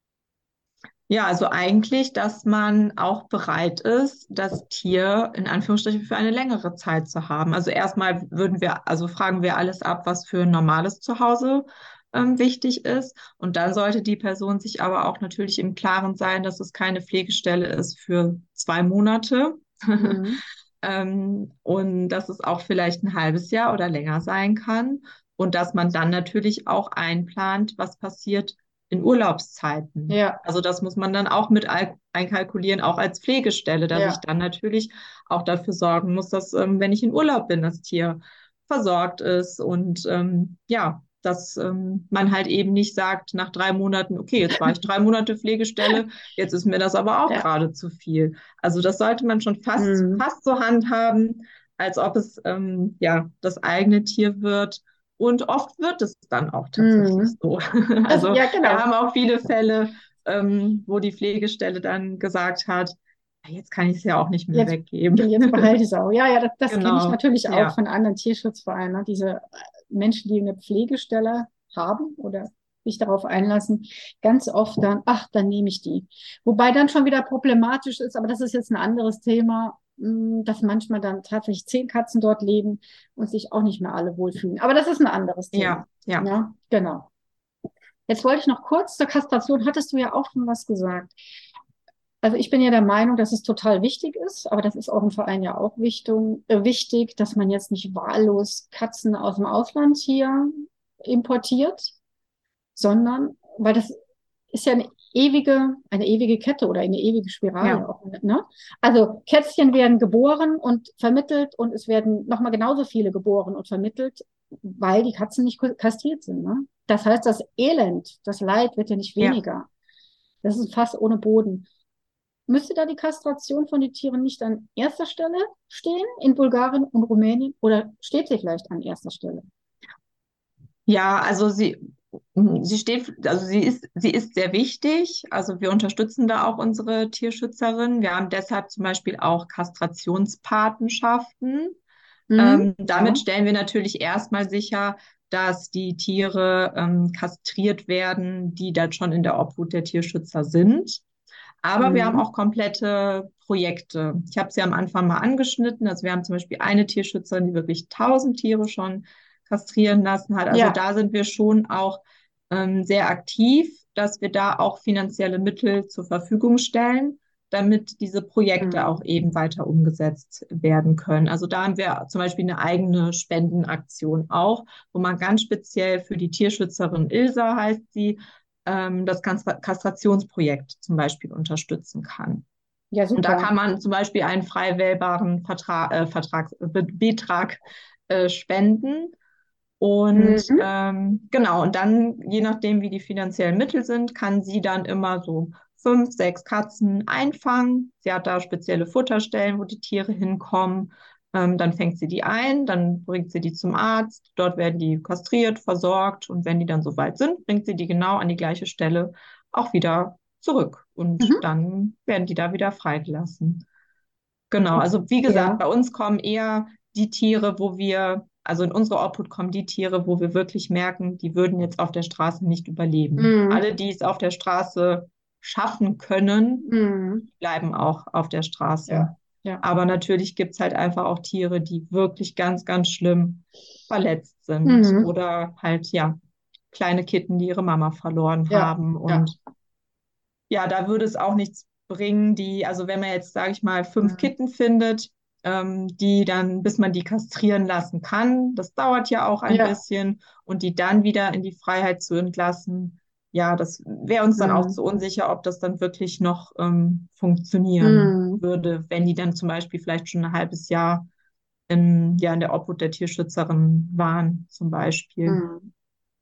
Ja, also eigentlich, dass man auch bereit ist, das Tier in Anführungsstrichen für eine längere Zeit zu haben. Also erstmal würden wir, also fragen wir alles ab, was für ein normales Zuhause ähm, wichtig ist. Und dann sollte die Person sich aber auch natürlich im Klaren sein, dass es keine Pflegestelle ist für zwei Monate. Mhm. Ähm, und dass es auch vielleicht ein halbes Jahr oder länger sein kann. Und dass man dann natürlich auch einplant, was passiert in Urlaubszeiten. Ja, Also das muss man dann auch mit al- einkalkulieren, auch als Pflegestelle, dass ich ja. dann natürlich auch dafür sorgen muss, dass, ähm, wenn ich in Urlaub bin, das Tier versorgt ist und ähm, ja, dass ähm, man halt eben nicht sagt nach drei Monaten, okay, jetzt war ich drei Monate Pflegestelle, jetzt ist mir das aber auch Ja. gerade zu viel. Also das sollte man schon fast, Mhm. fast so handhaben, als ob es ähm, ja das eigene Tier wird. Und oft wird es dann auch tatsächlich Mhm. so. Das, Also ja, wir genau. haben auch viele Fälle, ähm, wo die Pflegestelle dann gesagt hat, "Ja, jetzt kann ich es ja auch nicht mehr Jetzt, weggeben." jetzt behalte ich es auch. Ja, ja, das, das kenne ich Genau, natürlich auch ja, von anderen Tierschutzvereinen. Ne? Diese äh, Menschen, die eine Pflegestelle haben oder sich darauf einlassen, ganz oft dann, ach, dann nehme ich die. Wobei dann schon wieder problematisch ist, aber das ist jetzt ein anderes Thema, mh, dass manchmal dann tatsächlich zehn Katzen dort leben und sich auch nicht mehr alle wohlfühlen. Aber das ist ein anderes Thema. ja, ja. Ja, genau. Jetzt wollte ich noch kurz zur Kastration, hattest du ja auch schon was gesagt. Also ich bin ja der Meinung, dass es total wichtig ist, aber das ist auch im Verein ja auch wichtig, äh, wichtig, dass man jetzt nicht wahllos Katzen aus dem Ausland hier importiert, sondern, weil das ist ja eine ewige, eine ewige Kette oder eine ewige Spirale Ja, auch, ne? Also Kätzchen werden geboren und vermittelt und es werden nochmal genauso viele geboren und vermittelt, weil die Katzen nicht kastriert sind, ne? Das heißt, das Elend, das Leid wird ja nicht ja. weniger. Das ist fast ohne Boden. Müsste da die Kastration von den Tieren nicht an erster Stelle stehen in Bulgarien und Rumänien oder steht sie vielleicht an erster Stelle? Ja, also sie, sie steht, also sie ist, sie ist sehr wichtig. Also wir unterstützen da auch unsere Tierschützerin. Wir haben deshalb zum Beispiel auch Kastrationspatenschaften. Mhm. Ähm, damit Ja. stellen wir natürlich erstmal sicher, dass die Tiere ähm, kastriert werden, die dann schon in der Obhut der Tierschützer sind. Aber wir haben Mhm. auch komplette Projekte. Ich habe sie am Anfang mal angeschnitten. Also wir haben zum Beispiel eine Tierschützerin, die wirklich tausend Tiere schon kastrieren lassen hat. Also Ja. da sind wir schon auch ähm, sehr aktiv, dass wir da auch finanzielle Mittel zur Verfügung stellen, damit diese Projekte auch Mhm. eben weiter umgesetzt werden können. Also da haben wir zum Beispiel eine eigene Spendenaktion auch, wo man ganz speziell für die Tierschützerin Ilsa heißt sie, ähm, das Kastrationsprojekt zum Beispiel unterstützen kann. Ja, Und da super. kann man zum Beispiel einen frei wählbaren Vertrag, äh, Vertrags, Be Betrag äh, spenden. Und Mhm. ähm, genau, und dann, je nachdem, wie die finanziellen Mittel sind, kann sie dann immer so fünf, sechs Katzen einfangen. Sie hat da spezielle Futterstellen, wo die Tiere hinkommen. Ähm, dann fängt sie die ein, dann bringt sie die zum Arzt. Dort werden die kastriert, versorgt. Und wenn die dann soweit sind, bringt sie die genau an die gleiche Stelle auch wieder zurück. Und Mhm. dann werden die da wieder freigelassen. Genau, Okay. also wie gesagt, Ja. bei uns kommen eher die Tiere, wo wir, also in unsere Obhut kommen die Tiere, wo wir wirklich merken, die würden jetzt auf der Straße nicht überleben. Mhm. Alle, die es auf der Straße schaffen können, Mhm. bleiben auch auf der Straße. Ja. Ja. Aber natürlich gibt es halt einfach auch Tiere, die wirklich ganz, ganz schlimm verletzt sind Mhm. oder halt, ja, kleine Kitten, die ihre Mama verloren Ja. haben. Ja. Und ja, da würde es auch nichts bringen, die, also wenn man jetzt, sage ich mal, fünf Mhm. Kitten findet, ähm, die dann, bis man die kastrieren lassen kann, das dauert ja auch ein Ja. bisschen, und die dann wieder in die Freiheit zu entlassen, ja, das wäre uns dann auch Mhm. zu unsicher, ob das dann wirklich noch ähm, funktionieren Mhm. würde, wenn die dann zum Beispiel vielleicht schon ein halbes Jahr in, ja, in der Obhut der Tierschützerin waren, zum Beispiel. Mhm.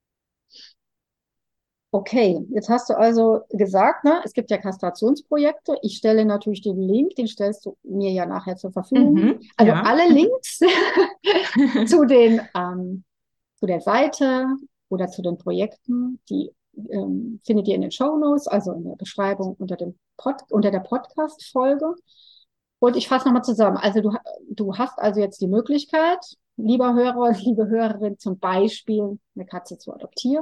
Okay, jetzt hast du also gesagt, ne, es gibt ja Kastrationsprojekte. Ich stelle natürlich den Link, den stellst du mir ja nachher zur Verfügung. Mhm, Also ja. alle Links zu den, ähm, zu der Seite oder zu den Projekten, die ähm, findet ihr in den Shownotes, also in der Beschreibung unter dem Pod, unter der Podcast-Folge. Und ich fasse nochmal zusammen. Also du, du hast also jetzt die Möglichkeit, lieber Hörer, liebe Hörerin, zum Beispiel eine Katze zu adoptieren.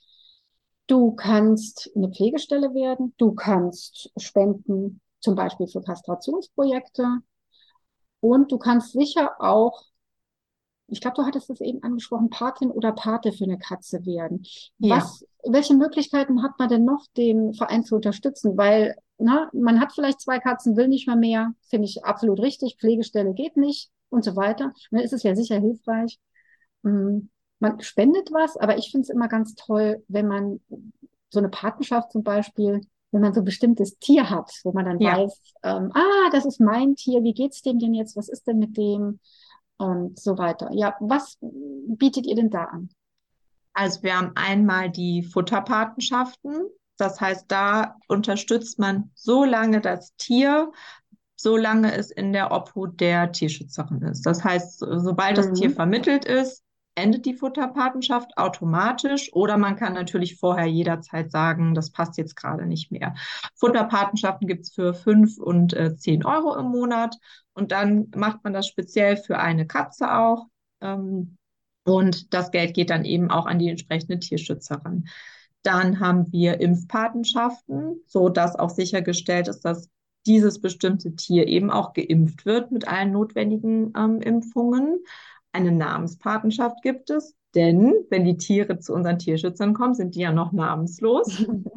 Du kannst eine Pflegestelle werden, du kannst spenden, zum Beispiel für Kastrationsprojekte. Und du kannst sicher auch, ich glaube, du hattest es eben angesprochen, Patin oder Pate für eine Katze werden. Ja. Was, welche Möglichkeiten hat man denn noch, den Verein zu unterstützen? Weil, na, man hat vielleicht zwei Katzen, will nicht mehr mehr, finde ich absolut richtig, Pflegestelle geht nicht und so weiter. Und dann ist es ja sicher hilfreich. Mm, Man spendet was, aber ich finde es immer ganz toll, wenn man so eine Patenschaft zum Beispiel, wenn man so ein bestimmtes Tier hat, wo man dann Ja. weiß, ähm, ah, das ist mein Tier, wie geht's dem denn jetzt, was ist denn mit dem und so weiter. Ja, was bietet ihr denn da an? Also wir haben einmal die Futterpatenschaften. Das heißt, da unterstützt man so lange das Tier, solange es in der Obhut der Tierschützerin ist. Das heißt, so- sobald das Tier Mhm. vermittelt ist, endet die Futterpatenschaft automatisch oder man kann natürlich vorher jederzeit sagen, das passt jetzt gerade nicht mehr. Futterpatenschaften gibt es für fünf und äh, zehn Euro im Monat und dann macht man das speziell für eine Katze auch. Ähm, und das Geld geht dann eben auch an die entsprechende Tierschützerin. Dann haben wir Impfpatenschaften, so dass auch sichergestellt ist, dass dieses bestimmte Tier eben auch geimpft wird mit allen notwendigen ähm, Impfungen. Eine Namenspatenschaft gibt es, denn wenn die Tiere zu unseren Tierschützern kommen, sind die ja noch namenslos.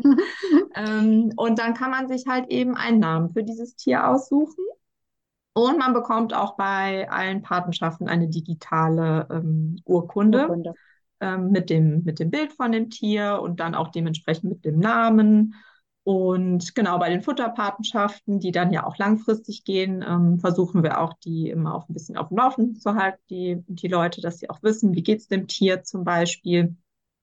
Ähm, und dann kann man sich halt eben einen Namen für dieses Tier aussuchen. Und man bekommt auch bei allen Patenschaften eine digitale ähm, Urkunde Urkunde. ähm, mit dem, mit dem Bild von dem Tier und dann auch dementsprechend mit dem Namen. Und genau bei den Futterpatenschaften, die dann ja auch langfristig gehen, ähm, versuchen wir auch, die immer auf ein bisschen auf dem Laufenden zu halten, die, die Leute, dass sie auch wissen, wie geht es dem Tier zum Beispiel.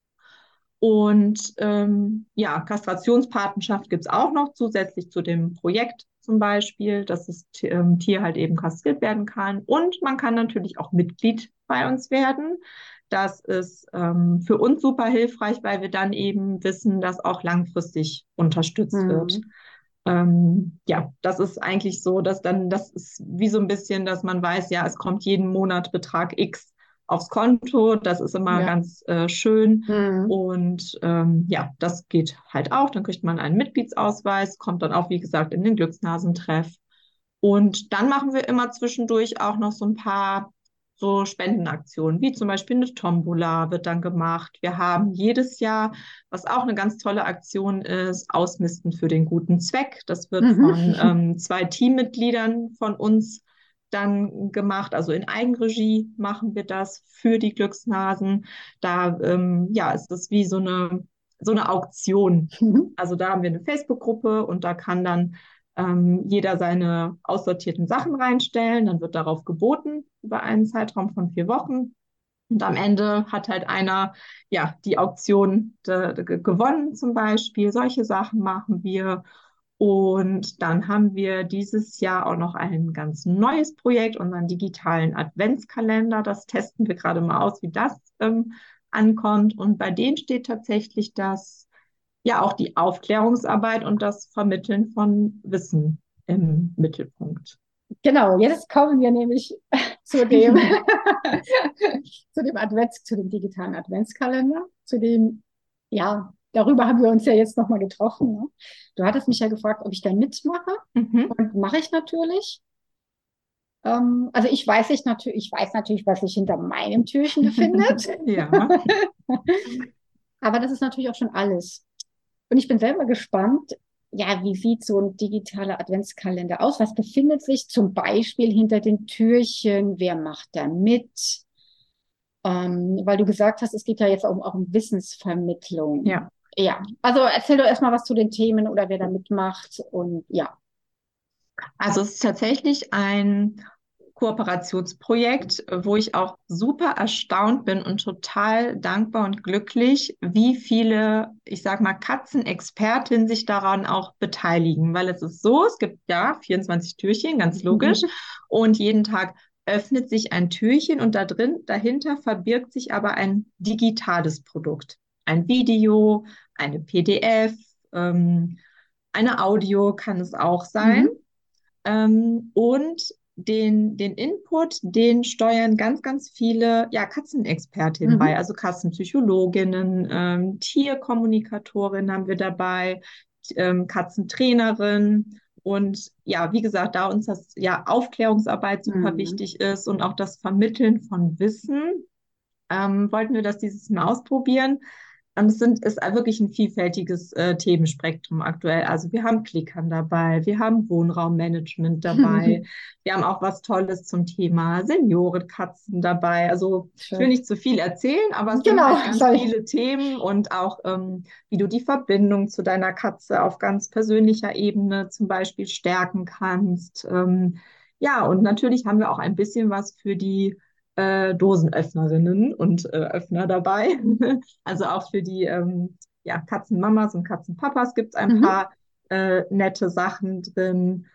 Und ähm, ja, Kastrationspatenschaft gibt es auch noch zusätzlich zu dem Projekt zum Beispiel, dass das ähm, Tier halt eben kastriert werden kann. Und man kann natürlich auch Mitglied bei uns werden. Das ist ähm, für uns super hilfreich, weil wir dann eben wissen, dass auch langfristig unterstützt wird. Mhm. Ähm, ja, das ist eigentlich so, dass dann, das ist wie so ein bisschen, dass man weiß, ja, es kommt jeden Monat Betrag X aufs Konto. Das ist immer Ja. ganz äh, schön. Mhm. Und ähm, ja, das geht halt auch. Dann kriegt man einen Mitgliedsausweis, kommt dann auch, wie gesagt, in den Glücksnasentreff. Und dann machen wir immer zwischendurch auch noch so ein paar so Spendenaktionen, wie zum Beispiel eine Tombola wird dann gemacht. Wir haben jedes Jahr, was auch eine ganz tolle Aktion ist, Ausmisten für den guten Zweck. Das wird von Mhm. ähm, zwei Teammitgliedern von uns dann gemacht. Also in Eigenregie machen wir das für die Glücksnasen. Da ähm, ja, ist das wie so eine, so eine Auktion. Also da haben wir eine Facebook-Gruppe und da kann dann ähm, jeder seine aussortierten Sachen reinstellen. Dann wird darauf geboten über einen Zeitraum von vier Wochen. Und am Ende hat halt einer ja die Auktion de, de, gewonnen zum Beispiel. Solche Sachen machen wir. Und dann haben wir dieses Jahr auch noch ein ganz neues Projekt, unseren digitalen Adventskalender. Das testen wir gerade mal aus, wie das ähm, ankommt. Und bei denen steht tatsächlich das, ja, auch die Aufklärungsarbeit und das Vermitteln von Wissen im Mittelpunkt. Genau, jetzt kommen wir nämlich zu dem, zu dem Advents, zu dem digitalen Adventskalender, zu dem, ja, darüber haben wir uns ja jetzt nochmal getroffen. Ne? Du hattest mich ja gefragt, ob ich da mitmache. Mhm. Und mache ich natürlich. Ähm, also ich weiß ich natürlich, ich weiß natürlich, was sich hinter meinem Türchen befindet. Ja. Aber das ist natürlich auch schon alles. Und ich bin selber gespannt, ja, wie sieht so ein digitaler Adventskalender aus? Was befindet sich zum Beispiel hinter den Türchen? Wer macht da mit? Ähm, weil du gesagt hast, es geht ja jetzt auch, auch um Wissensvermittlung. Ja. Ja, also erzähl doch erstmal was zu den Themen oder wer da mitmacht und ja. Also es ist tatsächlich ein Kooperationsprojekt, äh, wo ich auch super erstaunt bin und total dankbar und glücklich, wie viele, ich sag mal, Katzenexpertinnen sich daran auch beteiligen. Weil es ist so, es gibt ja vierundzwanzig Türchen, ganz logisch, und jeden Tag öffnet sich ein Türchen und da drin, dahinter verbirgt sich aber ein digitales Produkt. Ein Video, eine P D F, ähm, eine Audio kann es auch sein. Mhm. Ähm, und den, den Input, den steuern ganz, ganz viele ja, Katzenexpertinnen bei, Mhm. also Katzenpsychologinnen, ähm, Tierkommunikatorinnen haben wir dabei, ähm, Katzentrainerin. Und ja, wie gesagt, da uns das ja Aufklärungsarbeit super Mhm. wichtig ist und auch das Vermitteln von Wissen, ähm, wollten wir das dieses Mal ausprobieren. Und es sind, ist wirklich ein vielfältiges äh, Themenspektrum aktuell. Also wir haben Klickern dabei, wir haben Wohnraummanagement dabei, wir haben auch was Tolles zum Thema Seniorenkatzen dabei. Also ich will Schön. nicht zu viel erzählen, aber es sind Genau, halt ganz soll ich. viele Themen und auch, ähm, wie du die Verbindung zu deiner Katze auf ganz persönlicher Ebene zum Beispiel stärken kannst. Ähm, ja, und natürlich haben wir auch ein bisschen was für die äh, Dosenöffnerinnen und äh, Öffner dabei. Also auch für die ähm, ja, Katzenmamas und Katzenpapas gibt es ein Mhm. paar äh, nette Sachen drin.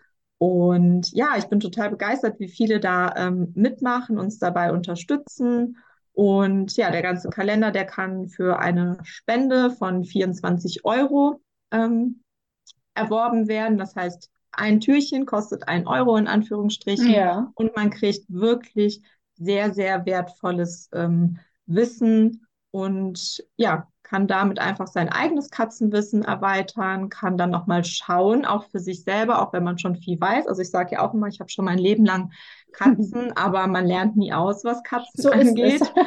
Und ja, ich bin total begeistert, wie viele da ähm, mitmachen, uns dabei unterstützen. Und ja, der ganze Kalender, der kann für eine Spende von vierundzwanzig Euro ähm, erworben werden. Das heißt, ein Türchen kostet ein Euro in Anführungsstrichen Ja. und man kriegt wirklich sehr, sehr wertvolles ähm, Wissen und ja, kann damit einfach sein eigenes Katzenwissen erweitern, kann dann nochmal schauen, auch für sich selber, auch wenn man schon viel weiß. Also ich sage ja auch immer, ich habe schon mein Leben lang Katzen, aber man lernt nie aus, was Katzen So ist es. angeht.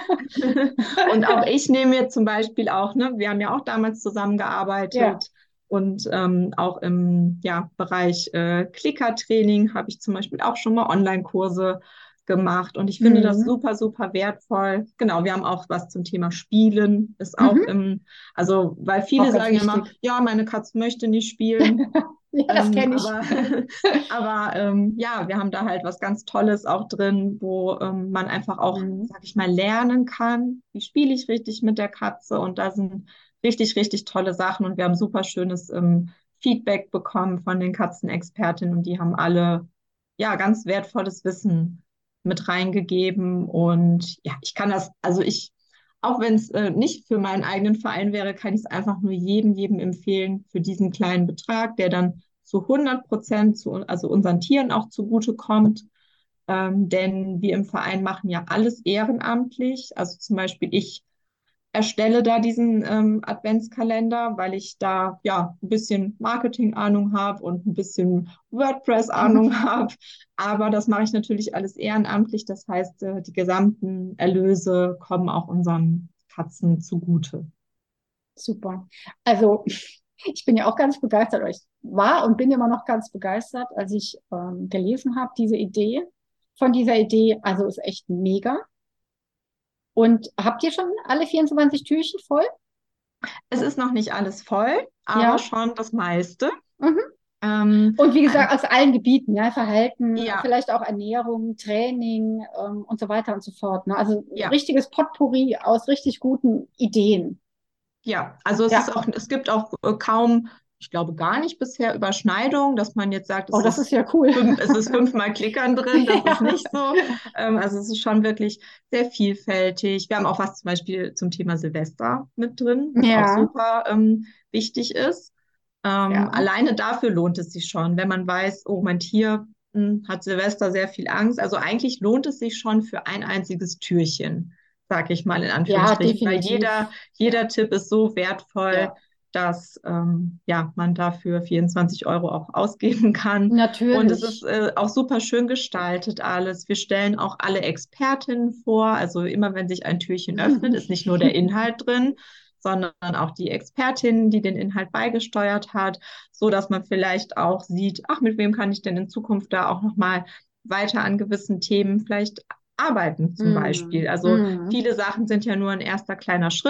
Und auch ich nehme mir zum Beispiel auch, ne, wir haben ja auch damals Ja. zusammengearbeitet und ähm, auch im ja, Bereich äh, Clicker-Training habe ich zum Beispiel auch schon mal Online-Kurse gemacht und ich finde das Mhm. super, super wertvoll. Genau, wir haben auch was zum Thema Spielen, ist auch Mhm. im, also, weil Auch viele ganz sagen ja immer, wichtig. ja, meine Katze möchte nicht spielen. Ja, das Ähm, kenne ich. aber aber ähm, ja, wir haben da halt was ganz Tolles auch drin, wo ähm, man einfach auch, Mhm. sag ich mal, lernen kann, wie spiele ich richtig mit der Katze. Und da sind richtig, richtig tolle Sachen. Und wir haben super schönes ähm, Feedback bekommen von den Katzenexpertinnen. Und die haben alle ja ganz wertvolles Wissen mit reingegeben. Und ja, ich kann das, also ich auch wenn es äh, nicht für meinen eigenen Verein wäre, kann ich es einfach nur jedem, jedem empfehlen für diesen kleinen Betrag, der dann zu hundert Prozent zu, also unseren Tieren auch zugutekommt. Ähm, denn wir im Verein machen ja alles ehrenamtlich. Also zum Beispiel ich erstelle da diesen ähm, Adventskalender, weil ich da ja ein bisschen Marketing-Ahnung habe und ein bisschen WordPress-Ahnung habe. Aber das mache ich natürlich alles ehrenamtlich. Das heißt, äh, die gesamten Erlöse kommen auch unseren Katzen zugute. Super. Also, ich bin ja auch ganz begeistert, oder ich war und bin immer noch ganz begeistert, als ich ähm, gelesen habe, diese Idee, von dieser Idee. Also ist echt mega. Und habt ihr schon alle vierundzwanzig Türchen voll? Es ist noch nicht alles voll, aber Ja. schon das meiste. Mhm. Ähm, Und wie gesagt, ein, aus allen Gebieten, ja, Verhalten, ja, vielleicht auch Ernährung, Training ähm, und so weiter und so fort. Ne? Also ja. richtiges Potpourri aus richtig guten Ideen. Ja, also es ist Ja, auch, es gibt auch äh, kaum, ich glaube gar nicht bisher Überschneidung, dass man jetzt sagt, oh, es das ist ist ja cool. fünf, es ist fünfmal Klickern drin, das ist Ja. nicht so. Ähm, also es ist schon wirklich sehr vielfältig. Wir haben auch was zum Beispiel zum Thema Silvester mit drin, was auch Ja, super ähm, wichtig ist. Ähm, ja, alleine dafür lohnt es sich schon, wenn man weiß, oh, mein Tier hm, hat Silvester sehr viel Angst. Also eigentlich lohnt es sich schon für ein einziges Türchen, sag ich mal in ja, Anführungsstrichen, weil definitiv. jeder jeder Ja, Tipp ist so wertvoll, ja, dass ähm, ja, man dafür vierundzwanzig Euro auch ausgeben kann. Und es ist natürlich. äh, auch super schön gestaltet alles. Wir stellen auch alle Expertinnen vor. Also immer wenn sich ein Türchen öffnet, ist nicht nur der Inhalt drin, sondern auch die Expertin, die den Inhalt beigesteuert hat, so dass man vielleicht auch sieht, ach, mit wem kann ich denn in Zukunft da auch noch mal weiter an gewissen Themen vielleicht arbeiten zum Mhm. Beispiel. Also Mhm. viele Sachen sind ja nur ein erster kleiner Schritt,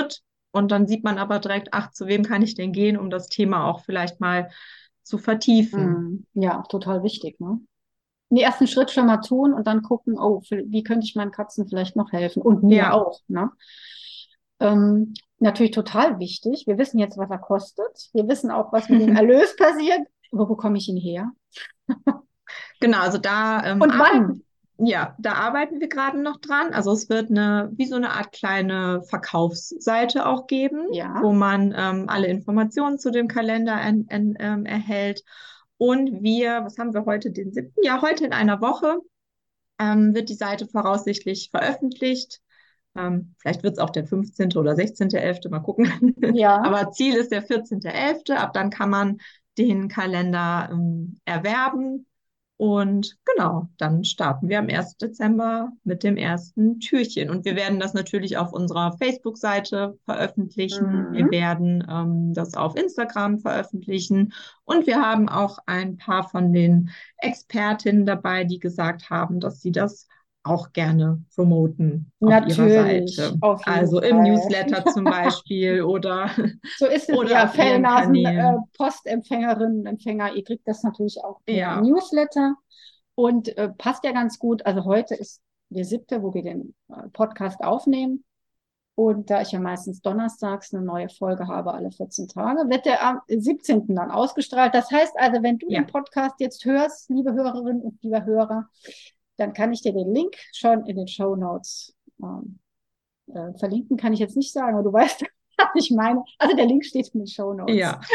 Und dann sieht man aber direkt, ach, zu wem kann ich denn gehen, um das Thema auch vielleicht mal zu vertiefen. Mm, ja, total wichtig, ne? Den ersten Schritt schon mal tun und dann gucken, oh, wie könnte ich meinen Katzen vielleicht noch helfen und mir Ja, auch, ne? Ähm, natürlich total wichtig. Wir wissen jetzt, was er kostet. Wir wissen auch, was mit dem Erlös passiert. Wo bekomme ich ihn her? genau, also da ähm, Und arbeiten, wann? ja, da arbeiten wir gerade noch dran. Also es wird eine, wie so eine Art kleine Verkaufsseite auch geben, Ja, wo man ähm, alle Informationen zu dem Kalender en, en, ähm, erhält. Und wir, was haben wir heute, den siebten? Ja, heute in einer Woche ähm, wird die Seite voraussichtlich veröffentlicht. Ähm, vielleicht wird es auch der fünfzehnte oder sechzehnte elfte mal gucken. ja. Aber Ziel ist der vierzehnte elfte Ab dann kann man den Kalender ähm, erwerben. Und genau, dann starten wir am ersten Dezember mit dem ersten Türchen. Und wir werden das natürlich auf unserer Facebook-Seite veröffentlichen. Wir Mhm. werden ähm, das auf Instagram veröffentlichen. Und wir haben auch ein paar von den Expertinnen dabei, die gesagt haben, dass sie das auch gerne promoten auf ihrer Natürlich, Seite. auf jeden Also im Fall. Newsletter zum Beispiel oder, So ist es, oder ja, auf ihren Fellnasen, äh, Kanälen. Postempfängerinnen und Empfänger. Ihr kriegt das natürlich auch per Ja, Newsletter und äh, passt ja ganz gut. Also heute ist der siebte, wo wir den äh, Podcast aufnehmen. Und da ich ja meistens donnerstags eine neue Folge habe, alle vierzehn Tage, wird der am siebzehnten dann ausgestrahlt. Das heißt also, wenn du den ja, Podcast jetzt hörst, liebe Hörerinnen und lieber Hörer, dann kann ich dir den Link schon in den Show Notes ähm, äh, verlinken, kann ich jetzt nicht sagen, aber du weißt, was ich meine. Also der Link steht in den Show Notes. ja.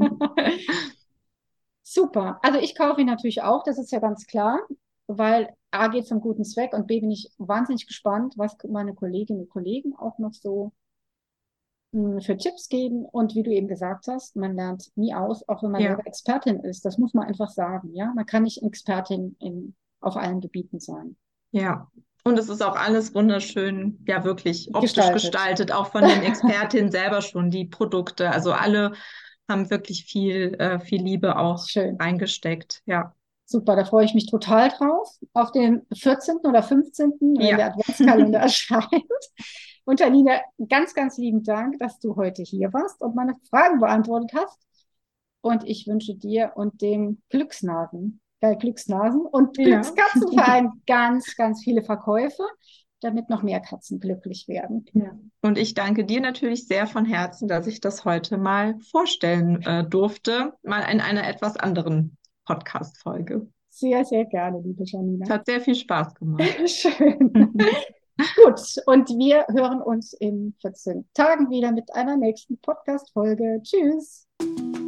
Super. Also ich kaufe ihn natürlich auch, das ist ja ganz klar, weil A geht zum guten Zweck und B bin ich wahnsinnig gespannt, was meine Kolleginnen und Kollegen auch noch so mh, für Tipps geben. Und wie du eben gesagt hast, man lernt nie aus, auch wenn man Ja, selber Expertin ist. Das muss man einfach sagen, ja. Man kann nicht Expertin in, auf allen Gebieten sein. ja. Und es ist auch alles wunderschön, ja, wirklich optisch Gestaltet. gestaltet, auch von den Expertinnen selber schon, die Produkte. Also alle haben wirklich viel, äh, viel Liebe auch Schön. reingesteckt. Ja, Super, da freue ich mich total drauf. Auf den vierzehnten oder fünfzehnten, wenn der ja, Adventskalender erscheint. Und Janina, ganz, ganz lieben Dank, dass du heute hier warst und meine Fragen beantwortet hast. Und ich wünsche dir und dem Glücksnasen, äh, Glücksnasen und ja. Glückskatzenverein ganz, ganz viele Verkäufe, damit noch mehr Katzen glücklich werden. Ja. Und ich danke dir natürlich sehr von Herzen, dass ich das heute mal vorstellen äh, durfte, mal in einer etwas anderen Podcast-Folge. Sehr, sehr gerne, liebe Es Janina. hat sehr viel Spaß gemacht. Schön. Gut, und wir hören uns in vierzehn Tagen wieder mit einer nächsten Podcast-Folge. Tschüss.